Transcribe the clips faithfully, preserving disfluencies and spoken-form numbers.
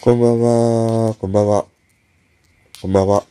こんばんは、こんばんは、こんばんは。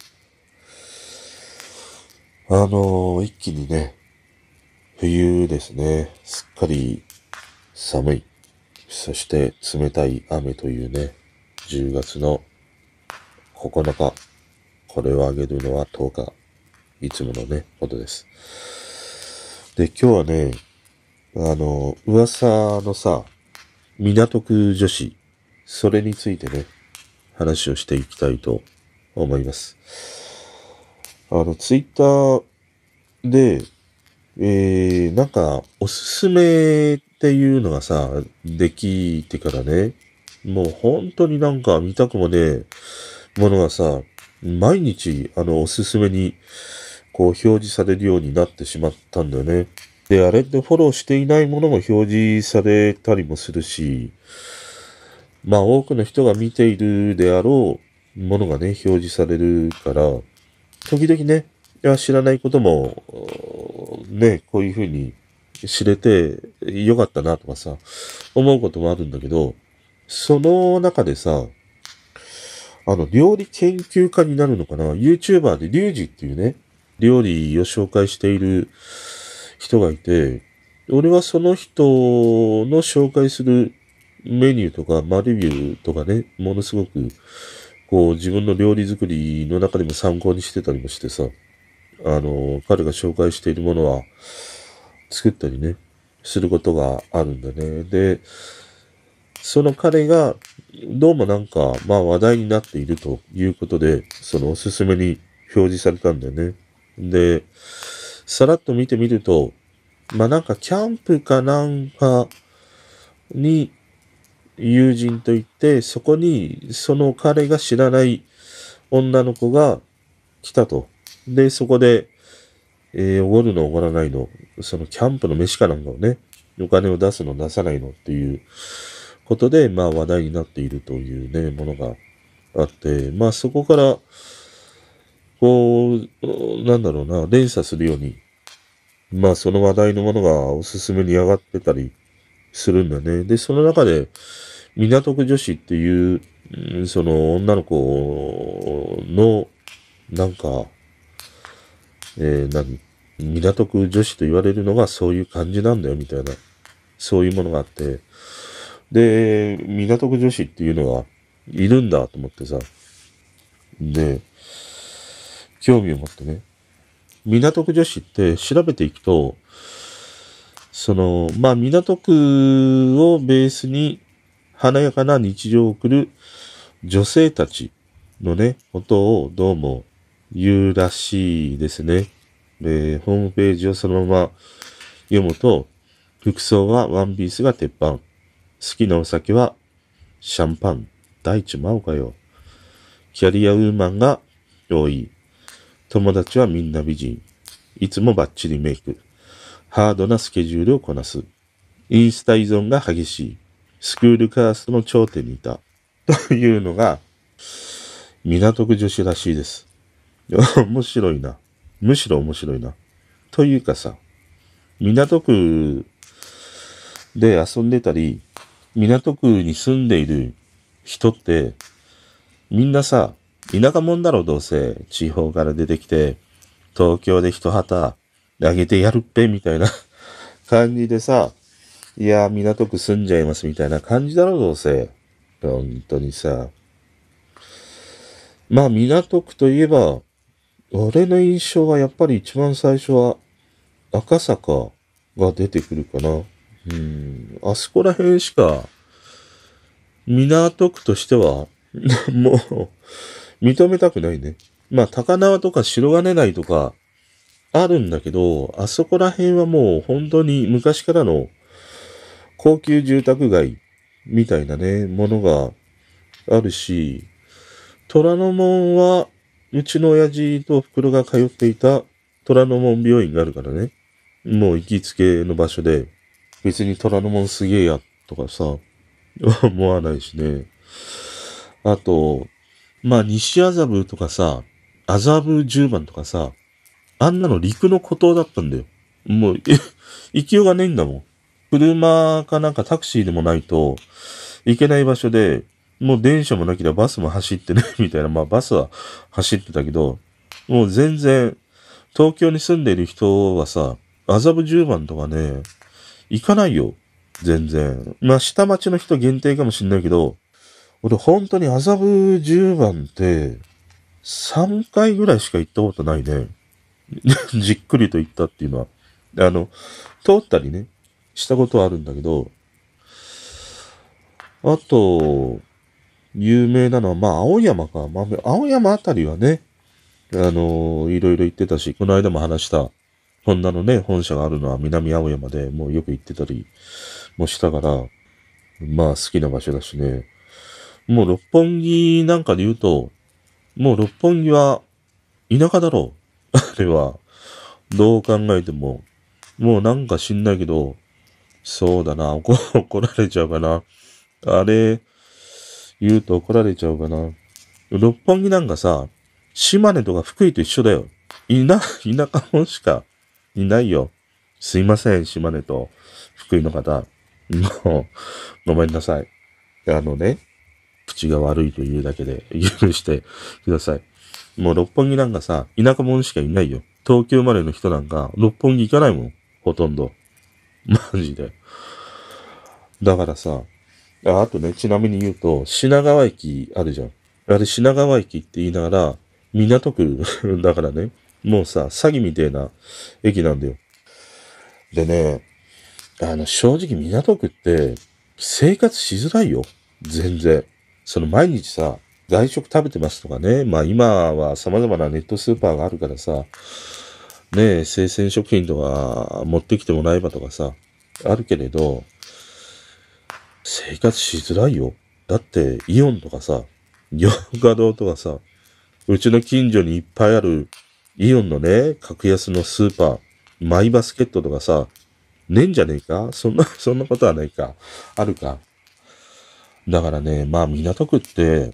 あのー、一気にね、冬ですね。すっかり寒い。そして冷たい雨というね、じゅうがつのここのか。これをあげるのはとおか。いつものね、ことです。で、今日はね、あの、噂のさ、港区女子、それについてね、話をしていきたいと思います。あの、ツイッターで、えー、なんか、おすすめっていうのがさ、できてからね、もう本当になんか見たくもねえものがさ、毎日、あの、おすすめに、こう、表示されるようになってしまったんだよね。で、あれってフォローしていないものも表示されたりもするし、まあ、多くの人が見ているであろうものがね、表示されるから、時々ね、いや、知らないことも、ね、こういうふうに知れてよかったなとかさ、思うこともあるんだけど、その中でさ、あの、料理研究家になるのかな？ YouTuber でリュウジっていうね、料理を紹介している人がいて、俺はその人の紹介するメニューとか、まあ、レビューとかね、ものすごく、こう、自分の料理作りの中でも参考にしてたりもしてさ、あの、彼が紹介しているものは作ったりね、することがあるんだね。で、その彼が、どうもなんか、まあ話題になっているということで、そのおすすめに表示されたんだよね。で、さらっと見てみると、まあなんかキャンプかなんかに友人と行って、そこにその彼が知らない女の子が来たと。で、そこで、えー、おごるのおごらないの、そのキャンプの飯かなんかをね、お金を出すの出さないのっていうことで、まあ話題になっているというね、ものがあって、まあそこから、こう、なんだろうな、連鎖するように、まあその話題のものがおすすめに上がってたりするんだね。で、その中で、港区女子っていう、うんその女の子の、なんか、えー、何港区女子と言われるのがそういう感じなんだよ、みたいな。そういうものがあって。で、港区女子っていうのがいるんだと思ってさ。で、興味を持ってね。港区女子って調べていくと、その、まあ、港区をベースに華やかな日常を送る女性たちのね、ことをどうも言うらしいですね。で、ホームページをそのまま読むと、服装はワンピースが鉄板。好きなお酒はシャンパン。大地真央かよ。キャリアウーマンが多い。友達はみんな美人。いつもバッチリメイク。ハードなスケジュールをこなす。インスタ依存が激しい。スクールカーストの頂点にいた。というのが、港区女子らしいです。面白いな。むしろ面白いな。というかさ、港区で遊んでたり、港区に住んでいる人って、みんなさ、田舎者だろどうせ、地方から出てきて、東京で一旗あげてやるっぺ、みたいな感じでさ、いや、港区住んじゃいますみたいな感じだろどうせ。本当にさ。まあ、港区といえば、俺の印象はやっぱり一番最初は赤坂が出てくるかな。うん、あそこら辺しか、港区としては、もう、認めたくないね。まあ、高輪とか白金台とか、あるんだけど、あそこら辺はもう本当に昔からの高級住宅街みたいなね、ものがあるし、虎ノ門は、うちの親父と袋が通っていた虎ノ門病院があるからね。もう行きつけの場所で、別に虎ノ門すげえやとかさ、思わないしね。あと、まあ、西麻布とかさ、麻布十番とかさ、あんなの陸の孤島だったんだよ。もう、え、行きようがねえんだもん。車かなんかタクシーでもないと、行けない場所で、 もう電車もなければバスも走ってね、みたいな。まあバスは走ってたけど、もう全然、東京に住んでいる人はさ、麻布十番とかね、行かないよ。全然。まあ下町の人限定かもしんないけど、俺本当に麻布十番って、さんかいぐらいしか行ったことないね。じっくりと行ったっていうのは。あの、通ったりね、したことはあるんだけど、あと、有名なのは、まあ、青山か。まあ、青山あたりはね、あのーいろいろ行ってたし、この間も話した、ホンダのね、本社があるのは南青山でもうよく行ってたりもしたから、まあ好きな場所だしね。もう六本木なんかで言うと、もう六本木は田舎だろう。あれは、どう考えても。もうなんか知んないけど、そうだな、怒怒られちゃうかな。あれ、言うと怒られちゃうかな。六本木なんかさ、島根とか福井と一緒だよ。いな、田舎者しかいないよ。すいません、島根と福井の方。もう、ごめんなさい。あのね、口が悪いというだけで許してください。もう六本木なんかさ、田舎者しかいないよ。東京生まれの人なんか六本木行かないもん。ほとんど。マジで。だからさ、あ、あとね、ちなみに言うと、品川駅あるじゃん。あれ品川駅って言いながら、港区だからね、もうさ、詐欺みたいな駅なんだよ。でね、あの、正直港区って、生活しづらいよ。全然。その毎日さ、外食食べてますとかね。まあ今は様々なネットスーパーがあるからさ、ねえ、生鮮食品とか持ってきてもらえばとかさ、あるけれど、生活しづらいよ。だって、イオンとかさ、ヨガ堂とかさ、うちの近所にいっぱいあるイオンのね、格安のスーパー、マイバスケットとかさ、ねえんじゃねえかそんな、そんなことはないか。あるか。だからね、まあ港区って、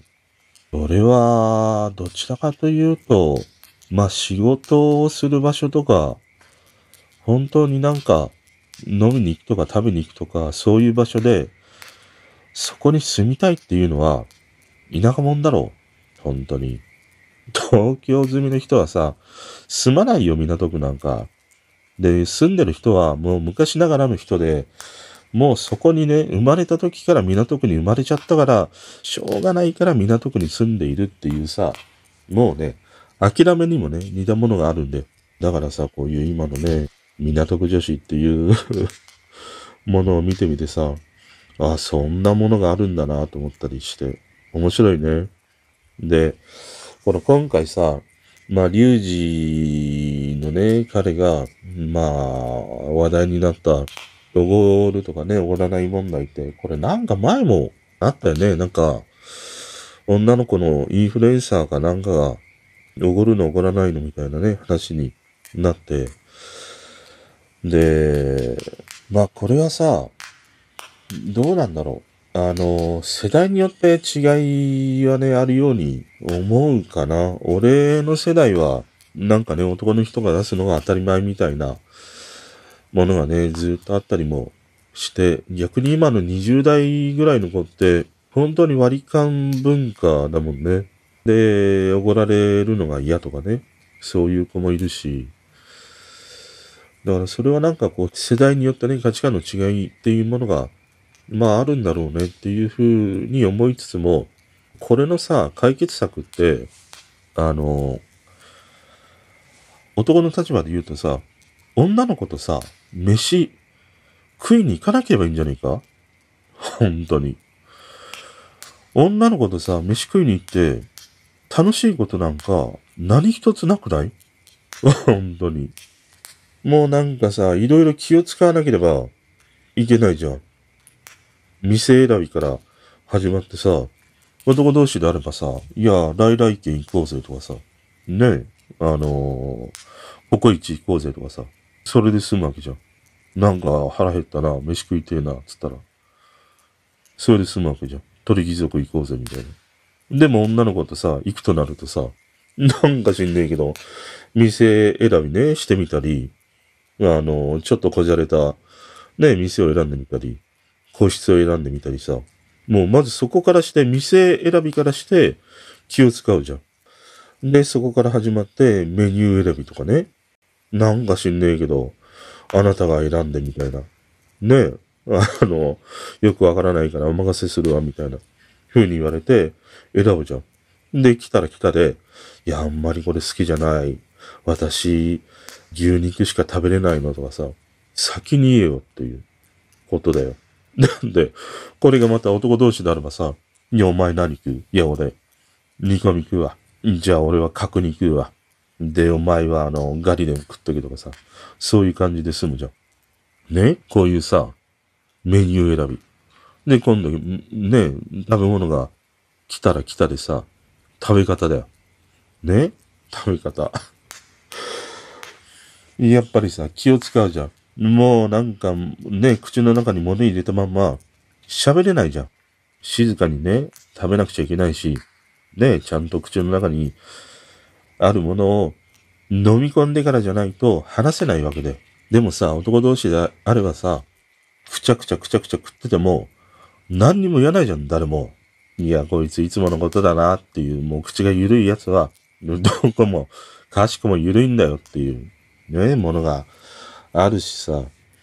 俺は、どちらかというと、まあ仕事をする場所とか、本当になんか、飲みに行くとか食べに行くとか、そういう場所で、そこに住みたいっていうのは、田舎者だろう。本当に。東京住みの人はさ、住まないよ、港区なんか。で、住んでる人はもう昔ながらの人で、もうそこにね、生まれた時から港区に生まれちゃったから、しょうがないから港区に住んでいるっていうさ、もうね、諦めにもね、似たものがあるんで。だからさ、こういう今のね、港区女子っていうものを見てみてさ、あ、そんなものがあるんだなと思ったりして、面白いね。で、この今回さ、まあ、リュウジのね、彼が、まあ、話題になった、おごるとかね、おごらない問題って、これなんか前もあったよね。なんか、女の子のインフルエンサーかなんかが、おごるのおごらないのみたいなね、話になって。で、まあ、これはさ、どうなんだろう。あの、世代によって違いはね、あるように思うかな。俺の世代は、なんかね、男の人が出すのが当たり前みたいなものがね、ずっとあったりもして、逆に今のにじゅう代ぐらいの子って、本当に割り勘文化だもんね。で、おごられるのが嫌とかね、そういう子もいるし、だからそれはなんかこう、世代によってね、価値観の違いっていうものがまああるんだろうねっていうふうに思いつつも、これのさ、解決策って、あの、男の立場で言うとさ、女の子とさ、飯食いに行かなければいいんじゃねえか本当に。女の子とさ、飯食いに行って、楽しいことなんか何一つなくない本当に。もうなんかさ、いろいろ気を使わなければいけないじゃん。店選びから始まってさ、男同士であればさ、いや、来来県行こうぜとかさ、ねえ、あのー、ココイチ行こうぜとかさ、それで済むわけじゃん。なんか腹減ったな、飯食いてえな、つったら。それで済むわけじゃん。鳥貴族行こうぜ、みたいな。でも女の子とさ、行くとなるとさ、なんか知んねえけど、店選びね、してみたり、あのー、ちょっとこじゃれた、ね、店を選んでみたり、個室を選んでみたりさ、 もうまずそこからして、店選びからして気を使うじゃん。で、そこから始まってメニュー選びとかね。なんか知んねえけど、あなたが選んでみたいな。ねえ。あの、よくわからないからお任せするわみたいな。風に言われて選ぶじゃん。で、来たら来たで、いや、あんまりこれ好きじゃない。私、牛肉しか食べれないのとかさ、先に言えよっていうことだよ。なんで、これがまた男同士であればさ、いや、お前何食う？いや、俺、煮込み食うわ。じゃあ俺は角煮食うわ。で、お前はあの、ガリでも食っとけとかさ、そういう感じで済むじゃん。ね？こういうさ、メニュー選び。で、今度、ね、食べ物が来たら来たでさ、食べ方だよ。ね？食べ方。やっぱりさ、気を使うじゃん。もうなんか、ね、口の中に物入れたまんま、喋れないじゃん。静かにね、食べなくちゃいけないし、ね、ちゃんと口の中にあるものを飲み込んでからじゃないと話せないわけで。でもさ、男同士であればさ、くちゃくちゃくちゃくちゃ食ってても、何にも言わないじゃん、誰も。いや、こいついつものことだなっていう、もう口が緩いやつは、どこも、かしこも緩いんだよっていう、ね、ものがあるしさ。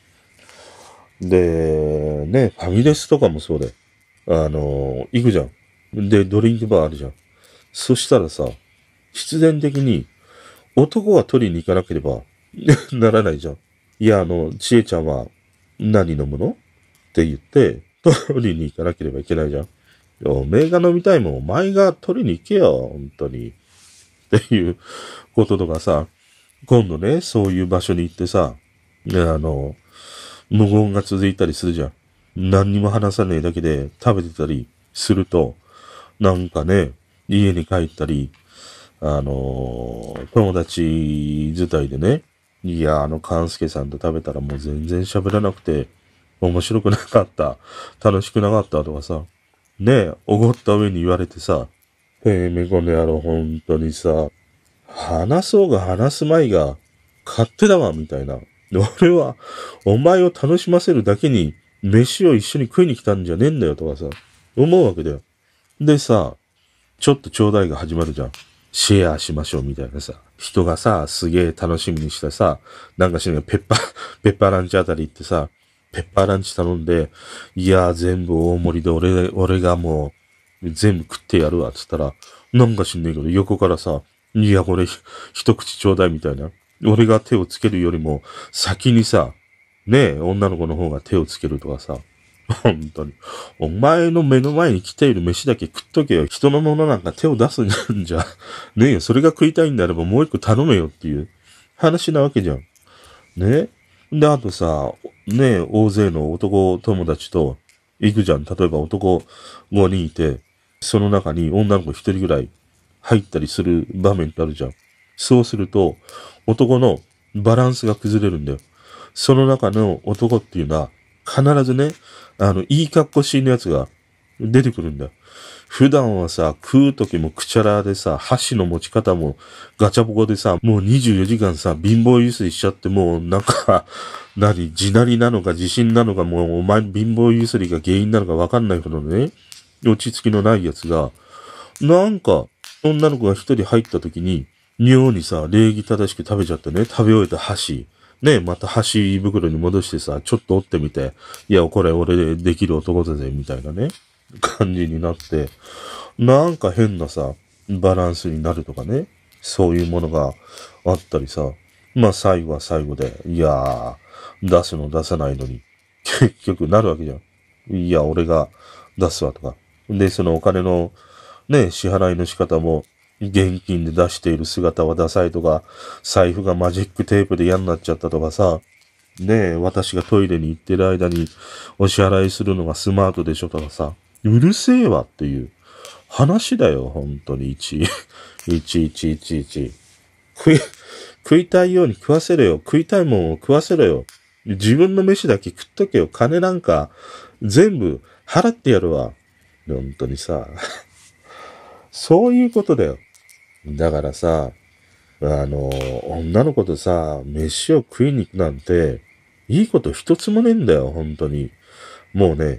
で、ね、ファミレスとかもそうで、あの、行くじゃん。で、ドリンクバーあるじゃん。そしたらさ、必然的に男は取りに行かなければならないじゃん。いや、あの、ちえちゃんは何飲むのって言って、取りに行かなければいけないじゃん。おめえが飲みたいもん、お前が取りに行けよ、本当に。っていうこととかさ、今度ね、そういう場所に行ってさ、ね、あの、無言が続いたりするじゃん。何にも話さねえだけで食べてたりすると、なんかね、家に帰ったり、あのー、友達伝いでね、いや、あの、勘介さんと食べたらもう全然喋らなくて、面白くなかった、楽しくなかったとかさ、ねえ、おごった上に言われてさ、へえ、めこの野郎、本当にさ、話そうが話すまいが、勝手だわ、みたいな。俺は、お前を楽しませるだけに、飯を一緒に食いに来たんじゃねえんだよ、とかさ、思うわけだよ。でさ、ちょっとちょうだいが始まるじゃん。シェアしましょうみたいなさ。人がさ、すげえ楽しみにしたさ、なんかしらペッパー、ペッパーランチあたり行ってさ、ペッパーランチ頼んで、いやー全部大盛りで俺、俺がもう全部食ってやるわ、つったら、なんか知んねえけど横からさ、いやこれ一口ちょうだいみたいな。俺が手をつけるよりも先にさ、ねえ、女の子の方が手をつけるとかさ、本当に。お前の目の前に来ている飯だけ食っとけよ。人のものなんか手を出すんじゃ、ねえよ。それが食いたいんであればもう一個頼めよっていう話なわけじゃん。ねえ。で、あとさ、ねえ、大勢の男友達と行くじゃん。例えば男ごにんいて、その中に女の子ひとりぐらい入ったりする場面ってあるじゃん。そうすると、男のバランスが崩れるんだよ。その中の男っていうのは、必ずね、あの、いい格好しいのやつが出てくるんだよ。普段はさ、食うときもくちゃらでさ、箸の持ち方もガチャボコでさ、もうにじゅうよじかんさ、貧乏ゆすりしちゃってもうなんか、何、地鳴りなのか地震なのかもうお前貧乏ゆすりが原因なのかわかんないほどね、落ち着きのないやつが、なんか、女の子が一人入ったときに、妙にさ、礼儀正しく食べちゃってね、食べ終えた箸、ね、また箸袋に戻してさ、ちょっと折ってみて、いや、これ俺でできる男だぜ、みたいなね、感じになって、なんか変なさ、バランスになるとかね、そういうものがあったりさ、まあ最後は最後で、いやー、出すの出さないのに、結局なるわけじゃん。いや、俺が出すわとか。で、そのお金のね、支払いの仕方も、現金で出している姿はダサいとか、財布がマジックテープで嫌になっちゃったとかさ、ねえ、私がトイレに行ってる間にお支払いするのがスマートでしょとかさ、うるせえわっていう話だよ、本当に。いち、いちいちいちいち。食い、食いたいように食わせろよ。食いたいもんを食わせろよ。自分の飯だけ食っとけよ。金なんか全部払ってやるわ。本当にさ。そういうことだよ。だからさ、あの、女の子とさ、飯を食いに行くなんて、いいこと一つもねえんだよ、本当に。もうね、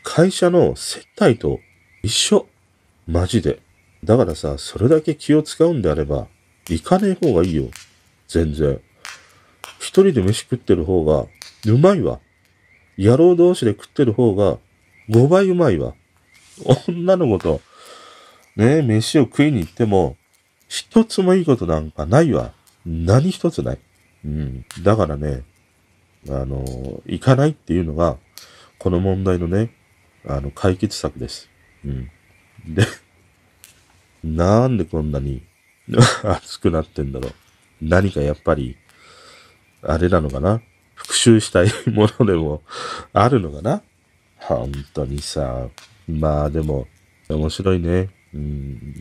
会社の接待と一緒。マジで。だからさ、それだけ気を使うんであれば、行かねえ方がいいよ。全然。一人で飯食ってる方が、うまいわ。野郎同士で食ってる方が、ごばいうまいわ。女の子と、ね、飯を食いに行っても、一つもいいことなんかないわ。何一つない。うん。だからね、あの、行かないっていうのが、この問題のね、あの、解決策です。うん。で、なんでこんなに熱くなってんだろう。何かやっぱり、あれなのかな、復讐したいものでもあるのかな。本当にさ、まあでも、面白いね。うん、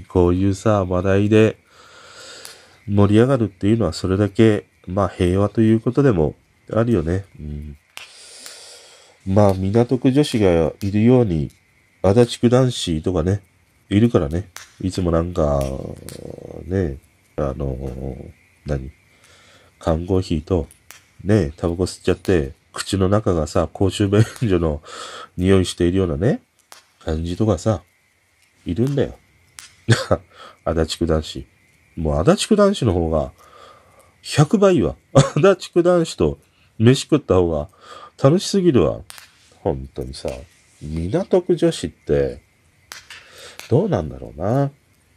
こういうさ、話題で盛り上がるっていうのはそれだけ、まあ平和ということでもあるよね。うん、まあ港区女子がいるように、足立区男子とかね、いるからね。いつもなんか、ね、あの、何缶コーヒーと、ね、タバコ吸っちゃって、口の中がさ、公衆便所の匂いしているようなね、感じとかさ、いるんだよ。足立区男子。もう足立区男子の方が、ひゃくばいいいわ。足立区男子と飯食った方が楽しすぎるわ。本当にさ、港区女子って、どうなんだろうな。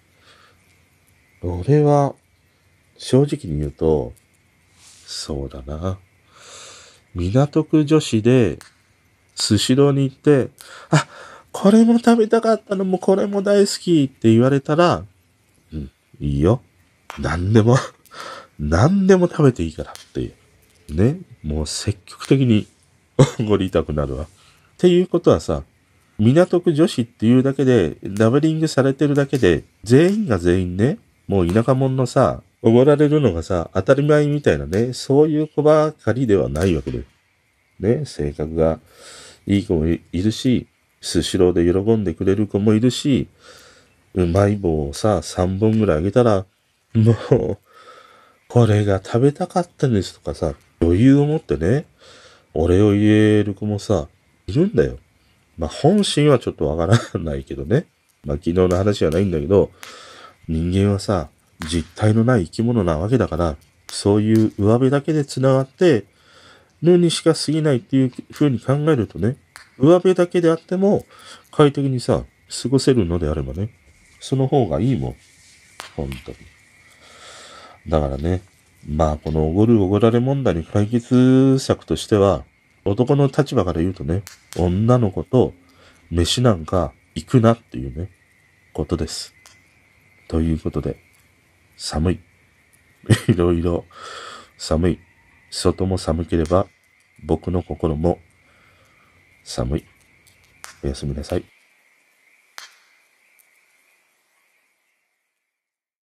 俺は、正直に言うと、そうだな。港区女子で、スシローに行って、あ、これも食べたかったのもこれも大好きって言われたら、うん、いいよ。何でも、何でも食べていいからっていう。ね。もう積極的におごりたくなるわ。っていうことはさ、港区女子っていうだけで、ラベリングされてるだけで、全員が全員ね、もう田舎者のさ、おごられるのがさ、当たり前みたいなね、そういう子ばかりではないわけで。ね、性格がいい子もいるし、スシローで喜んでくれる子もいるし、うまい棒をさ、さんぼんぐらいあげたら、もう、これが食べたかったんですとかさ、余裕を持ってね、お礼を言える子もさ、いるんだよ。まあ、本心はちょっとわからないけどね。まあ、昨日の話じゃないんだけど、人間はさ、実体のない生き物なわけだから、そういう上辺だけで繋がって、るにしか過ぎないっていう風に考えるとね、上辺だけであっても、快適にさ、過ごせるのであればね、その方がいいもん。本当に。だからね、まあ、このおごるおごられ問題に解決策としては、男の立場から言うとね、女の子と飯なんか行くなっていうね、ことです。ということで、寒い。いろいろ寒い。外も寒ければ、僕の心も寒い。おやすみなさい。